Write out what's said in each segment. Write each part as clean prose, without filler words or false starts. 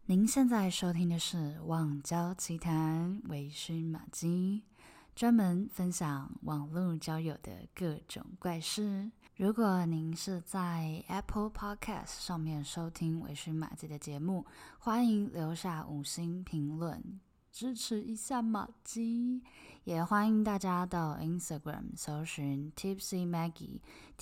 您现在收听的是《网交奇谈》微醺马基，专门分享网络交友的各种怪事。如果您是在 Apple Podcast 上面收听微醺马基的节目，欢迎留下5星评论，支持一下马基。也欢迎大家到 Instagram 搜寻 Tipsy Maggie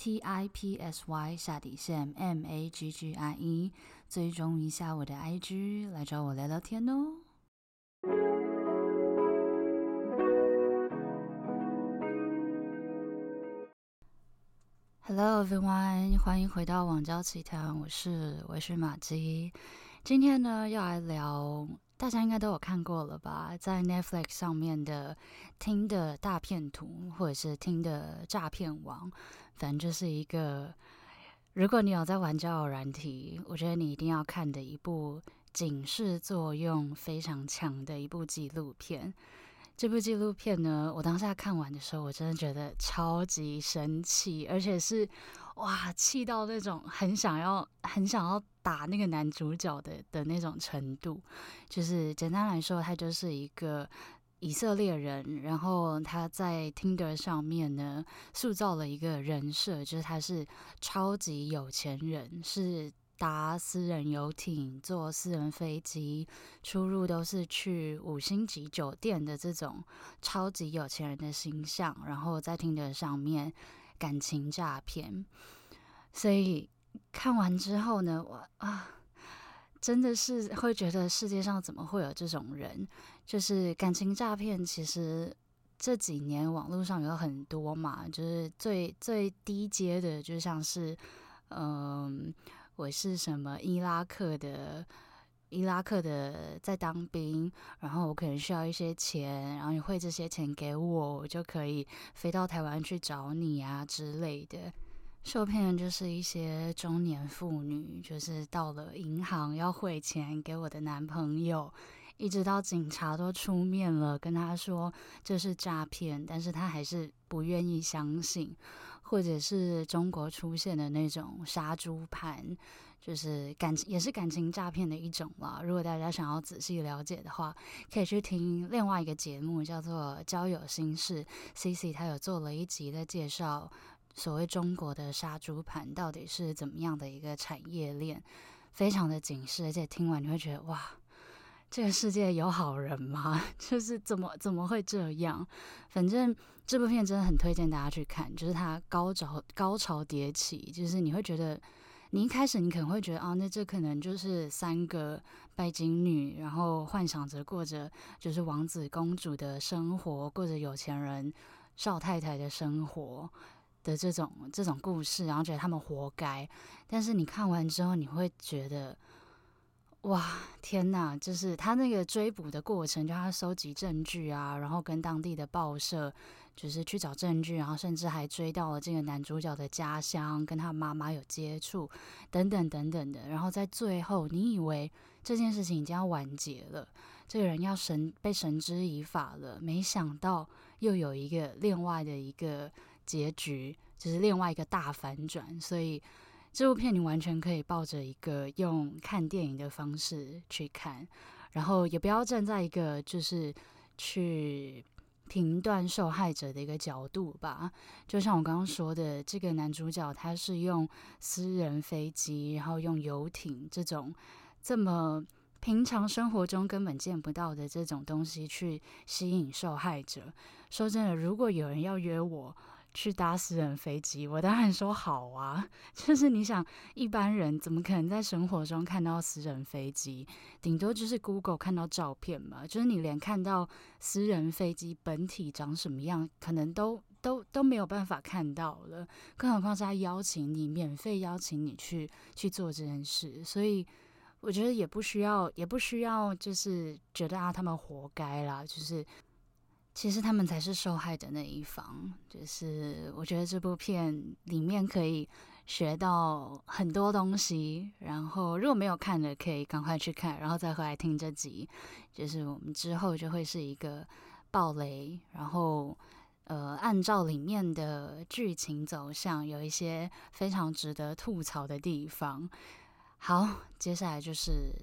TIPSY_MAGGIE，追踪一下我的 IG， 来找我聊聊天哦。Hello everyone， 欢迎回到网交奇谈，我是微醺马基。今天呢，要来聊大家应该都有看过了吧，在 Netflix 上面的听的大片图，或者是听的诈骗王，反正就是一个，如果你有在玩交友软体，我觉得你一定要看的一部警示作用非常强的一部纪录片。这部纪录片呢，我当下看完的时候，我真的觉得超级生气，而且是哇，气到那种很想要打那个男主角的那种程度。就是简单来说，他就是一个以色列人，然后他在 Tinder 上面呢，塑造了一个人设，就是他是超级有钱人，是搭私人游艇、坐私人飞机，出入都是去5星级酒店的这种超级有钱人的形象，然后在Tinder上面感情诈骗。所以看完之后呢，真的是会觉得世界上怎么会有这种人？就是感情诈骗，其实这几年网络上有很多嘛，就是最低阶的，就像是我是什么伊拉克的在当兵，然后我可能需要一些钱，然后你汇这些钱给我，我就可以飞到台湾去找你啊之类的。受骗人就是一些中年妇女，就是到了银行要汇钱给我的男朋友，一直到警察都出面了，跟他说这是诈骗，但是他还是不愿意相信。或者是中国出现的那种杀猪盘，就是也是感情诈骗的一种啦。如果大家想要仔细了解的话，可以去听另外一个节目，叫做《交友心事》，CC 他有做了一集在介绍所谓中国的杀猪盘到底是怎么样的一个产业链，非常的警示，而且听完你会觉得哇，这个世界有好人吗？就是怎么会这样？反正这部片真的很推荐大家去看，就是它高潮迭起，就是你会觉得，你一开始你可能会觉得啊，那这可能就是3个拜金女，然后幻想着过着就是王子公主的生活，过着有钱人少太太的生活的这种故事，然后觉得他们活该。但是你看完之后，你会觉得，哇，天哪！就是他那个追捕的过程，就他收集证据啊，然后跟当地的报社就是去找证据，然后甚至还追到了这个男主角的家乡，跟他妈妈有接触，等等等等的。然后在最后，你以为这件事情已经要完结了，这个人要被绳之以法了，没想到又有另外的一个结局，就是另外一个大反转，所以这部片你完全可以抱着一个用看电影的方式去看，然后也不要站在一个就是去评断受害者的一个角度吧。就像我刚刚说的，这个男主角他是用私人飞机，然后用游艇这么平常生活中根本见不到的这种东西去吸引受害者。说真的，如果有人要约我去搭私人飞机，我当然说好啊。就是你想，一般人怎么可能在生活中看到私人飞机？顶多就是 Google 看到照片嘛。就是你连看到私人飞机本体长什么样，可能都没有办法看到了，更何况是他免费邀请你去做这件事。所以我觉得也不需要，就是觉得他们活该啦，就是其实他们才是受害的那一方。就是我觉得这部片里面可以学到很多东西，然后如果没有看的可以赶快去看，然后再回来听这集。就是我们之后就会是一个爆雷，然后按照里面的剧情走向，有一些非常值得吐槽的地方。好，接下来就是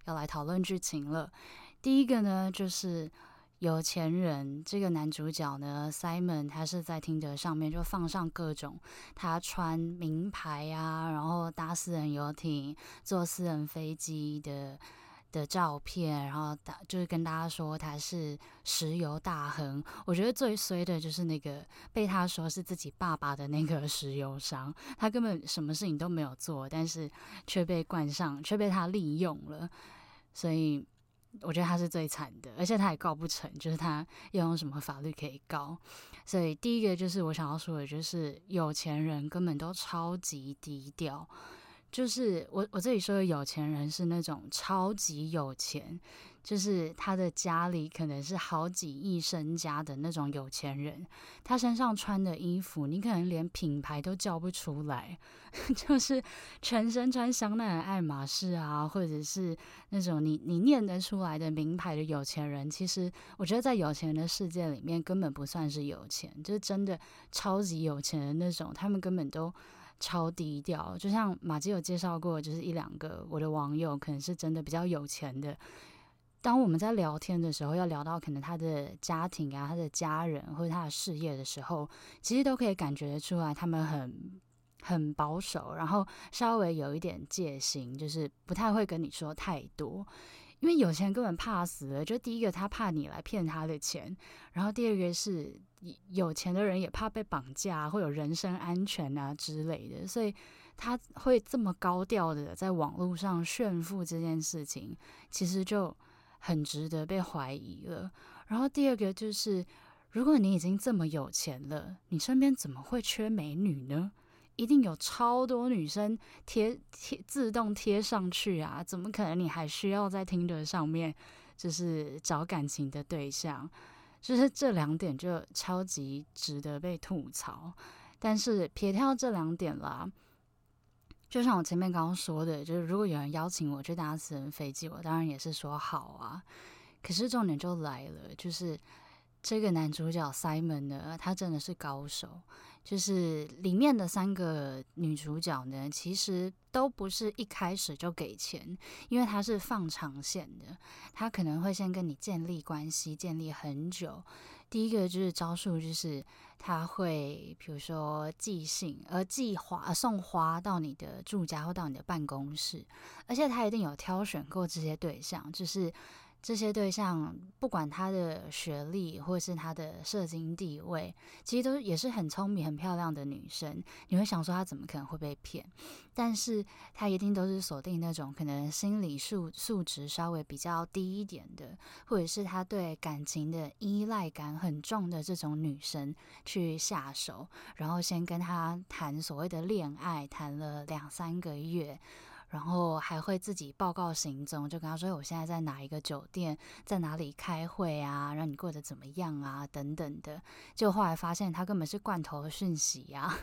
要来讨论剧情了。第一个呢，就是有钱人这个男主角呢 Simon， 他是在Tinder上面就放上各种他穿名牌啊，然后搭私人游艇、坐私人飞机的照片，然后就是跟大家说他是石油大亨。我觉得最衰的就是那个被他说是自己爸爸的那个石油商，他根本什么事情都没有做，但是却被他利用了，所以我觉得他是最惨的，而且他也告不成，就是他要用什么法律可以告。所以第一个就是我想要说的，就是有钱人根本都超级低调。就是我这里说的有钱人是那种超级有钱，就是他的家里可能是好几亿身家的那种有钱人，他身上穿的衣服你可能连品牌都叫不出来，就是全身穿香奈儿、爱马仕啊，或者是那种你念得出来的名牌的有钱人，其实我觉得在有钱人的世界里面根本不算是有钱，就是真的超级有钱的那种，他们根本都超低调。就像马基有介绍过，就是一两个我的网友可能是真的比较有钱的，当我们在聊天的时候，要聊到可能他的家庭啊、他的家人或者他的事业的时候，其实都可以感觉得出来，他们很保守，然后稍微有一点戒心，就是不太会跟你说太多。因为有钱人根本怕死了，就第一个他怕你来骗他的钱，然后第二个是有钱的人也怕被绑架，会有人身安全啊之类的，所以他会这么高调的在网络上炫富这件事情，其实就很值得被怀疑了。然后第二个就是，如果你已经这么有钱了，你身边怎么会缺美女呢？一定有超多女生自动贴上去啊，怎么可能你还需要在Tinder上面就是找感情的对象？就是这两点就超级值得被吐槽。但是撇掉这两点啦，就像我前面刚刚说的，就是如果有人邀请我去搭私人飞机，我当然也是说好啊。可是重点就来了，就是这个男主角 Simon 呢，他真的是高手。就是里面的三个女主角呢，其实都不是一开始就给钱，因为他是放长线的，他可能会先跟你建立关系，建立很久。第一个就是招数，就是他会比如说送花到你的住家或到你的办公室，而且他一定有挑选过这些对象，就是这些对象不管他的学历或是他的社经地位，其实都也是很聪明很漂亮的女生，你会想说他怎么可能会被骗，但是他一定都是锁定那种可能心理素质稍微比较低一点的，或者是他对感情的依赖感很重的这种女生去下手，然后先跟他谈所谓的恋爱，谈了2-3个月，然后还会自己报告行踪，就跟他说我现在在哪一个酒店，在哪里开会啊，让你过得怎么样啊，等等的。结果后来发现他根本是罐头讯息啊，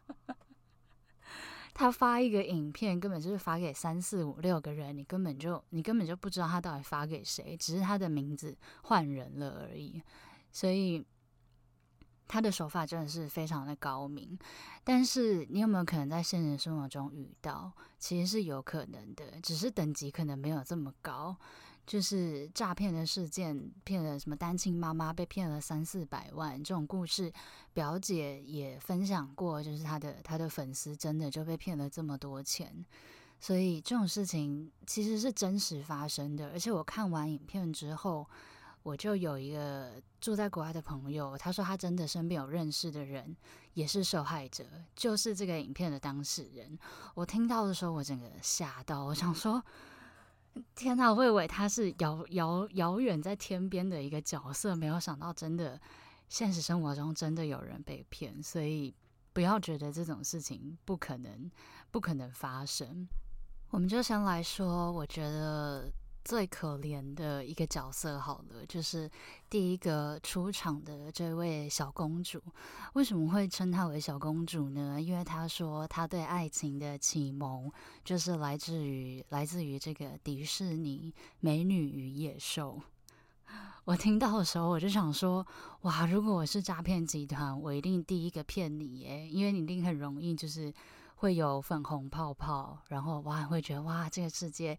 他发一个影片根本就是发给3、4、5、6个人，你根本就不知道他到底发给谁，只是他的名字换人了而已。所以他的手法真的是非常的高明，但是你有没有可能在现实生活中遇到？其实是有可能的，只是等级可能没有这么高。就是诈骗的事件，骗了什么单亲妈妈被骗了300-400万这种故事，表姐也分享过，就是她的粉丝真的就被骗了这么多钱。所以这种事情其实是真实发生的，而且我看完影片之后，我就有一个住在国外的朋友，他说他真的身边有认识的人也是受害者，就是这个影片的当事人。我听到的时候，我整个吓到，我想说，天哪！我以为他是遥远在天边的一个角色，没有想到真的现实生活中真的有人被骗，所以不要觉得这种事情不可能发生。我们就先来说，我觉得最可怜的一个角色好了，就是第一个出场的这位小公主。为什么会称她为小公主呢？因为她说她对爱情的启蒙就是来自于这个迪士尼《美女与野兽》。我听到的时候，我就想说，哇，如果我是诈骗集团，我一定第一个骗你耶，因为你一定很容易就是会有粉红泡泡，然后我还会觉得哇，这个世界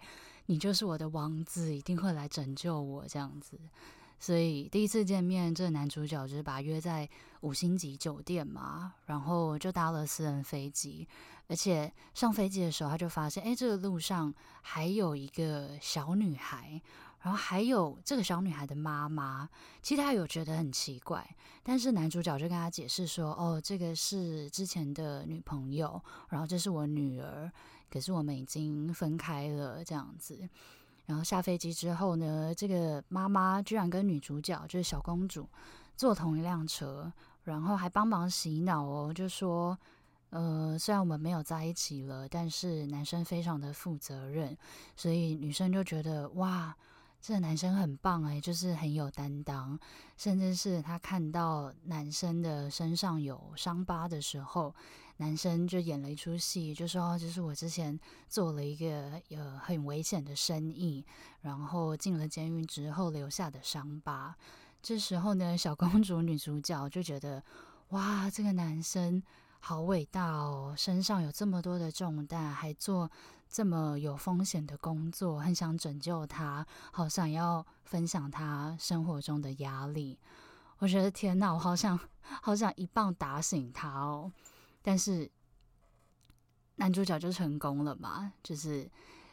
你就是我的王子，一定会来拯救我这样子。所以第一次见面，这个男主角就是把他约在5星级酒店嘛，然后就搭了私人飞机，而且上飞机的时候他就发现，这个路上还有一个小女孩，然后还有这个小女孩的妈妈。其实他有觉得很奇怪，但是男主角就跟他解释说，这个是之前的女朋友，然后这是我女儿，可是我们已经分开了这样子。然后下飞机之后呢，这个妈妈居然跟女主角就是小公主坐同一辆车，然后还帮忙洗脑就说虽然我们没有在一起了，但是男生非常的负责任，所以女生就觉得哇，这个男生很棒就是很有担当，甚至是他看到男生的身上有伤疤的时候，男生就演了一出戏，就说就是我之前做了一个很危险的生意，然后进了监狱之后留下的伤疤。这时候呢，小公主女主角就觉得哇，这个男生好伟大身上有这么多的重担，还做这么有风险的工作，很想拯救他，好想要分享他生活中的压力。我觉得天哪，我好想一棒打醒他但是男主角就成功了嘛，就是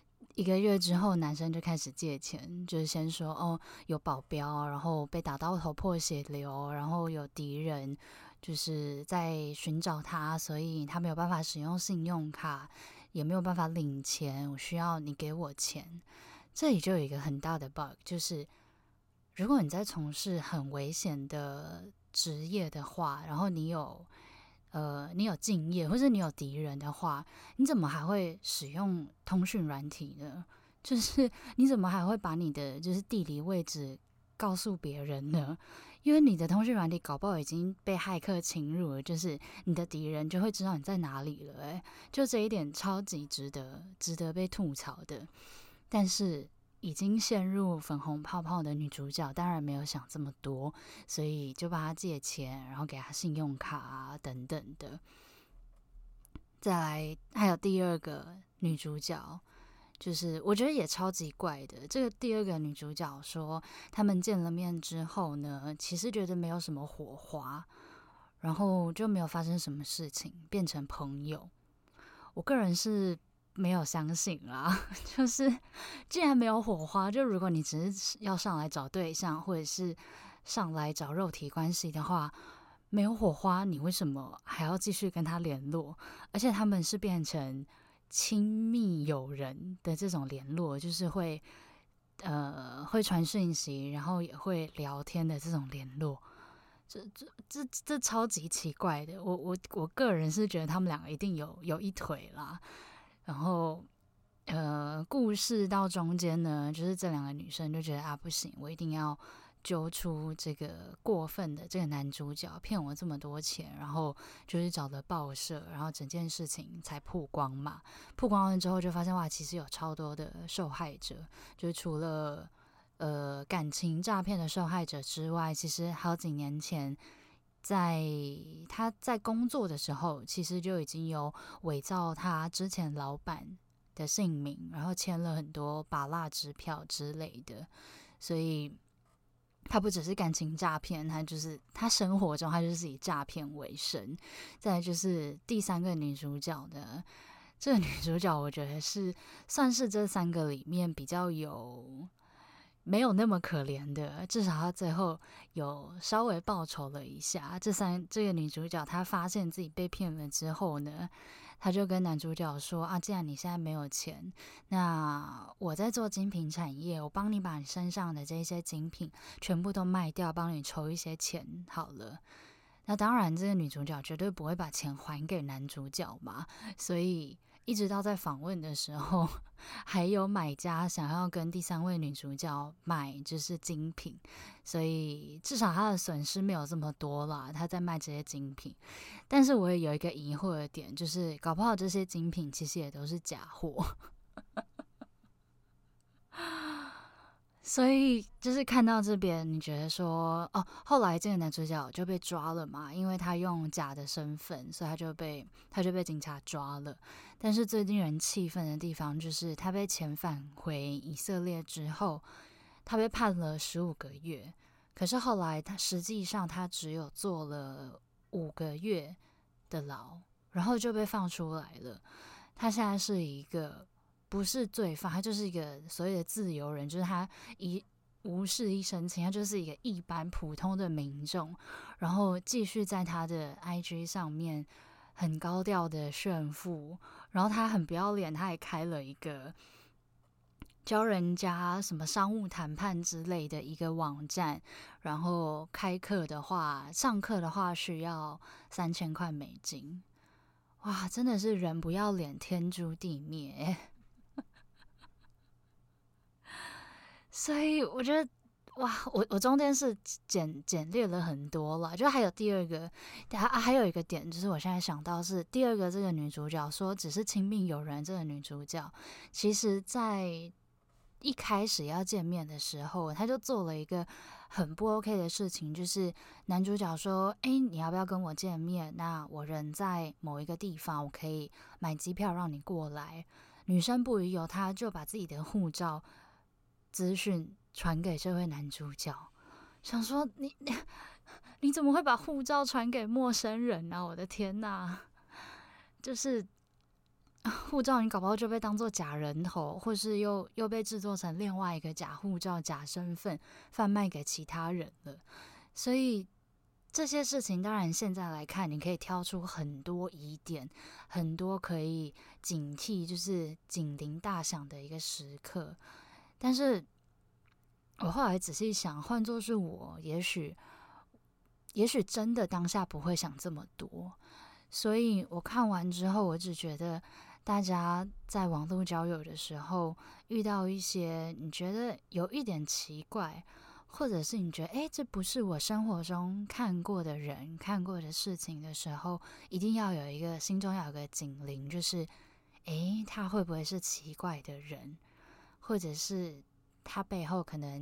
1个月之后，男生就开始借钱，就是先说有保镖，然后被打到头破血流，然后有敌人就是在寻找他，所以他没有办法使用信用卡，也没有办法领钱，我需要你给我钱。这里就有一个很大的 bug， 就是如果你在从事很危险的职业的话，然后你有敬业，或者你有敌人的话，你怎么还会使用通讯软体呢？就是你怎么还会把你的就是地理位置告诉别人呢？因为你的通讯软体搞不好已经被骇客侵入了，就是你的敌人就会知道你在哪里了就这一点超级值得被吐槽的。但是已经陷入粉红泡泡的女主角当然没有想这么多，所以就帮她借钱，然后给她信用卡等等的。再来还有第二个女主角，就是我觉得也超级怪的。这个第二个女主角说，他们见了面之后呢，其实觉得没有什么火花，然后就没有发生什么事情，变成朋友。我个人是没有相信啦，就是既然没有火花，就如果你只是要上来找对象，或者是上来找肉体关系的话，没有火花，你为什么还要继续跟他联络？而且他们是变成亲密友人的这种联络，就是会传讯息，然后也会聊天的这种联络。这超级奇怪的，我个人是觉得他们两个一定有一腿啦。然后故事到中间呢，就是这两个女生就觉得不行，我一定要揪出这个过分的这个男主角骗我这么多钱，然后就是找了报社，然后整件事情才曝光嘛。曝光了之后就发现哇，其实有超多的受害者，就是除了感情诈骗的受害者之外，其实好几年前他在工作的时候，其实就已经有伪造他之前老板的姓名，然后签了很多芭乐支票之类的，所以他不只是感情诈骗，他生活中他就是以诈骗为生。再来就是第三个女主角的，这个女主角我觉得算是这3个里面比较没有那么可怜的，至少她最后有稍微报仇了一下。这个女主角她发现自己被骗了之后呢，她就跟男主角说既然你现在没有钱，那我在做精品产业，我帮你把你身上的这些精品全部都卖掉，帮你筹一些钱好了。那当然这个女主角绝对不会把钱还给男主角嘛，所以一直到在访问的时候，还有买家想要跟第3位女主角买就是精品，所以至少她的损失没有这么多啦，她在卖这些精品。但是我也有一个疑惑的点，就是搞不好这些精品其实也都是假货。 所以就是看到这边，你觉得说，哦，后来这个男主角就被抓了嘛，因为他用假的身份，所以他就被警察抓了。但是最令人气愤的地方就是，他被遣返回以色列之后，他被判了15个月。可是后来他实际上他只有坐了5个月的牢，然后就被放出来了。他现在是一个不是罪犯，他就是一个所谓的自由人，就是他无事一身轻，他就是一个一般普通的民众，然后继续在他的 IG 上面很高调的炫富，然后他很不要脸，他还开了一个教人家什么商务谈判之类的一个网站，然后上课的话需要$3000。哇，真的是人不要脸，天诛地灭。所以我觉得，哇，我中间是简略了很多了，就还有第二个，还有一个点，就是我现在想到是第二个这个女主角说只是亲密友人，这个女主角其实在一开始要见面的时候，她就做了一个很不 OK 的事情，就是男主角说：“哎，你要不要跟我见面？那我人在某一个地方，我可以买机票让你过来。”女生不疑有他，就把自己的护照资讯传给这位男主角，想说你怎么会把护照传给陌生人啊？我的天哪！就是护照，你搞不好就被当作假人头，或是又被制作成另外一个假护照、假身份，贩卖给其他人了。所以这些事情，当然现在来看，你可以挑出很多疑点，很多可以警惕，就是警铃大响的一个时刻。但是我后来仔细想，换作是我，也许真的当下不会想这么多。所以我看完之后，我只觉得大家在网络交友的时候，遇到一些你觉得有一点奇怪，或者是你觉得这不是我生活中看过的人、看过的事情的时候，一定要心中要有一个警铃，就是他会不会是奇怪的人，或者是他背后可能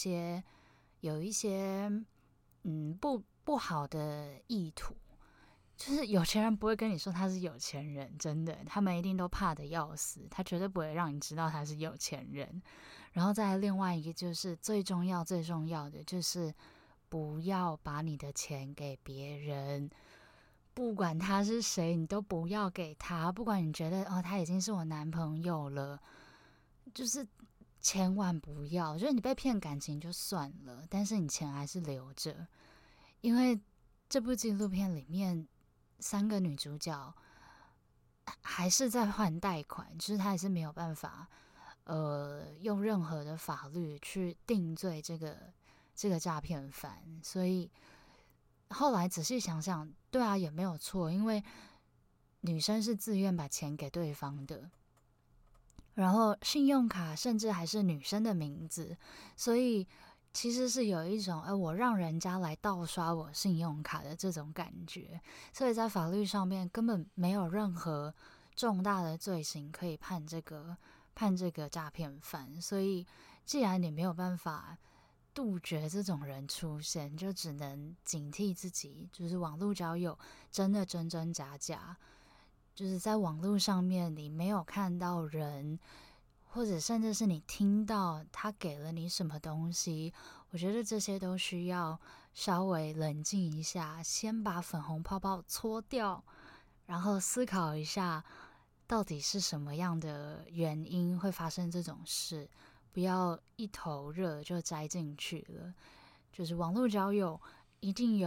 有一些不好的意图。就是有钱人不会跟你说他是有钱人，真的，他们一定都怕得要死，他绝对不会让你知道他是有钱人。然后再来另外一个就是最重要的，就是不要把你的钱给别人，不管他是谁，你都不要给他。不管你觉得他已经是我男朋友了，就是千万不要。就是你被骗感情就算了，但是你钱还是留着，因为这部纪录片里面3个女主角还是在还贷款，就是她还是没有办法，用任何的法律去定罪这个诈骗犯。所以后来仔细想想，对啊，也没有错，因为女生是自愿把钱给对方的，然后信用卡甚至还是女生的名字，所以其实是有一种我让人家来盗刷我信用卡的这种感觉。所以在法律上面根本没有任何重大的罪行可以判这个诈骗犯。所以既然你没有办法杜绝这种人出现，就只能警惕自己，就是网络交友真的真真假假，就是在网络上面你没有看到人，或者甚至是你听到他给了你什么东西，我觉得这些都需要稍微冷静一下，先把粉红泡泡搓掉，然后思考一下到底是什么样的原因会发生这种事，不要一头热就栽进去了。就是网络交友一定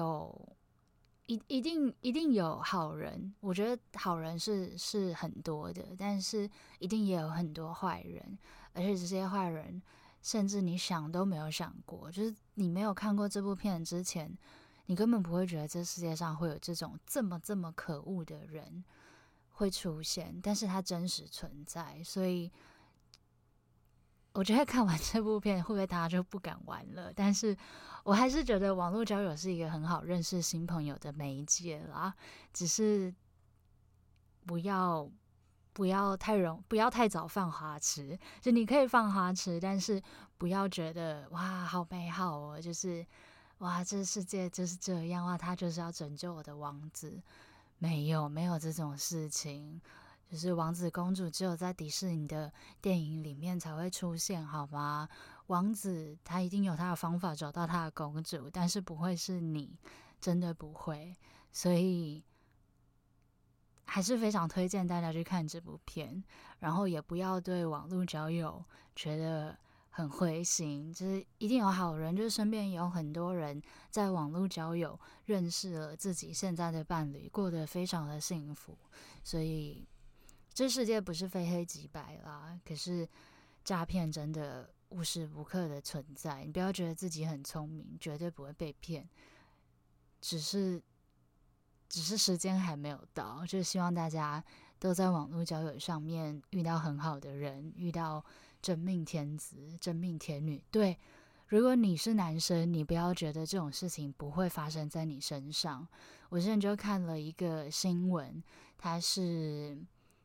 有好人，我觉得好人是很多的，但是一定也有很多坏人，而且这些坏人甚至你想都没有想过，就是你没有看过这部片之前，你根本不会觉得这世界上会有这么可恶的人会出现，但是它真实存在。所以我觉得看完这部片会不会大家就不敢玩了，但是我还是觉得网络交友是一个很好认识新朋友的媒介啦，只是不要不要太早放花痴，就你可以放花痴，但是不要觉得哇好美好哦，就是哇这世界就是这样，哇他就是要拯救我的王子，没有这种事情，就是王子公主只有在迪士尼的电影里面才会出现，好吗？王子他一定有他的方法找到他的公主，但是不会是你，真的不会，所以还是非常推荐大家去看这部片，然后也不要对网络交友觉得很灰心，就是一定有好人，就是身边也有很多人在网络交友认识了自己现在的伴侣，过得非常的幸福，所以这世界不是非黑即白啦，可是诈骗真的无时无刻的存在，你不要觉得自己很聪明，绝对不会被骗，只是时间还没有到，就希望大家都在网络交友上面遇到很好的人，遇到真命天子、真命天女。对，如果你是男生，你不要觉得这种事情不会发生在你身上。我之前就看了一个新闻，他是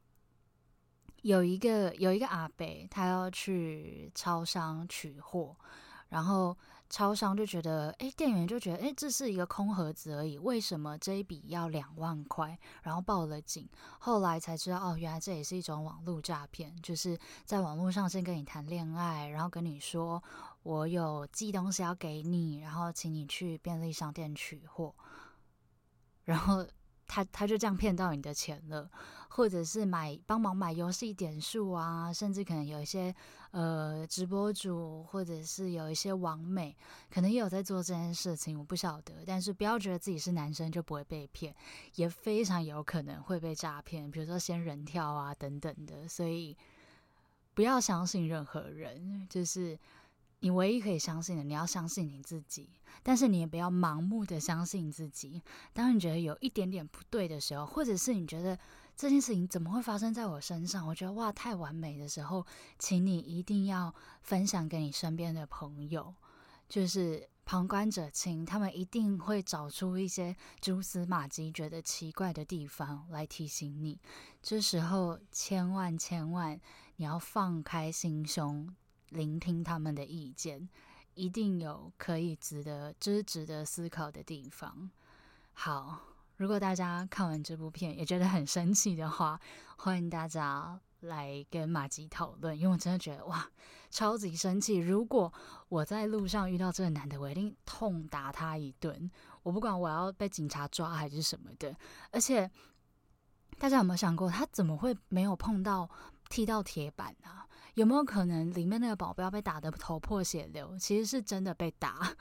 有一个阿伯，他要去超商取货，然后超商就觉得，店员就觉得，这是一个空盒子而已，为什么这一笔要2万块？然后报了警，后来才知道，哦，原来这也是一种网络诈骗，就是在网络上先跟你谈恋爱，然后跟你说我有寄东西要给你，然后请你去便利商店取货，然后他就这样骗到你的钱了，或者是帮忙买游戏点数啊，甚至可能有一些直播主或者是有一些网美，可能也有在做这件事情，我不晓得。但是不要觉得自己是男生就不会被骗，也非常有可能会被诈骗，比如说仙人跳啊等等的，所以不要相信任何人，就是你唯一可以相信的，你要相信你自己，但是你也不要盲目的相信自己。当你觉得有一点点不对的时候，或者是你觉得这件事情怎么会发生在我身上，我觉得哇太完美的时候，请你一定要分享给你身边的朋友，就是旁观者清，他们一定会找出一些蛛丝马迹觉得奇怪的地方来提醒你。这时候千万你要放开心胸，聆听他们的意见，一定有可以值得思考的地方。好，如果大家看完这部片也觉得很生气的话，欢迎大家来跟马吉讨论，因为我真的觉得哇，超级生气。如果我在路上遇到这个男的，我一定痛打他一顿，我不管我要被警察抓还是什么的。而且大家有没有想过，他怎么会没有踢到铁板啊？有没有可能里面那个保镖被打得头破血流，其实是真的被打？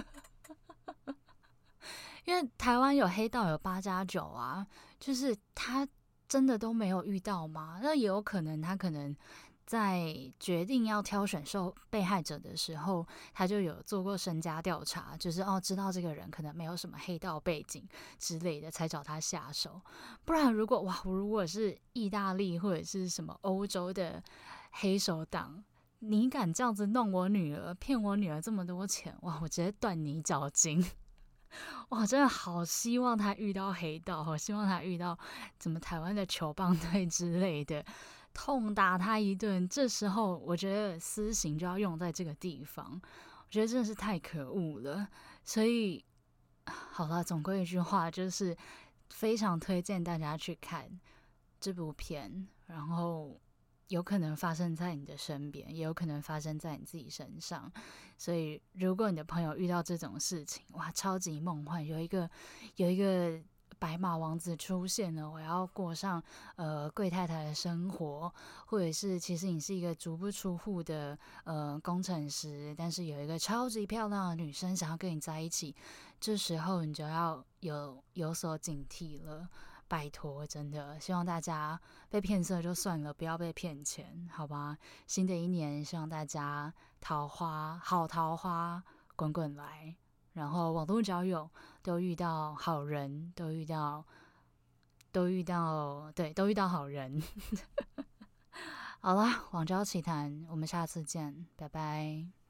因为台湾有黑道有8+9啊，就是他真的都没有遇到吗？那也有可能他可能在决定要挑选被害者的时候，他就有做过身家调查，就是知道这个人可能没有什么黑道背景之类的，才找他下手。不然如果是意大利或者是什么欧洲的黑手党，你敢这样子弄我女儿，骗我女儿这么多钱，哇，我直接断你脚筋。哇，真的好希望他遇到黑道，好希望他遇到怎么台湾的球棒队之类的，痛打他一顿。这时候我觉得私刑就要用在这个地方，我觉得真的是太可恶了。所以好了，总归一句话，就是非常推荐大家去看这部片，然后有可能发生在你的身边，也有可能发生在你自己身上。所以如果你的朋友遇到这种事情，哇，超级梦幻，有一个白马王子出现了，我要过上贵太太的生活，或者是其实你是一个足不出户的工程师，但是有一个超级漂亮的女生想要跟你在一起，这时候你就要有所警惕了。拜托，真的希望大家被骗色就算了，不要被骗钱，好吧？新的一年，希望大家好桃花滚滚来，然后网络交友都遇到好人，都遇到好人。好啦，网交奇谈，我们下次见，拜拜。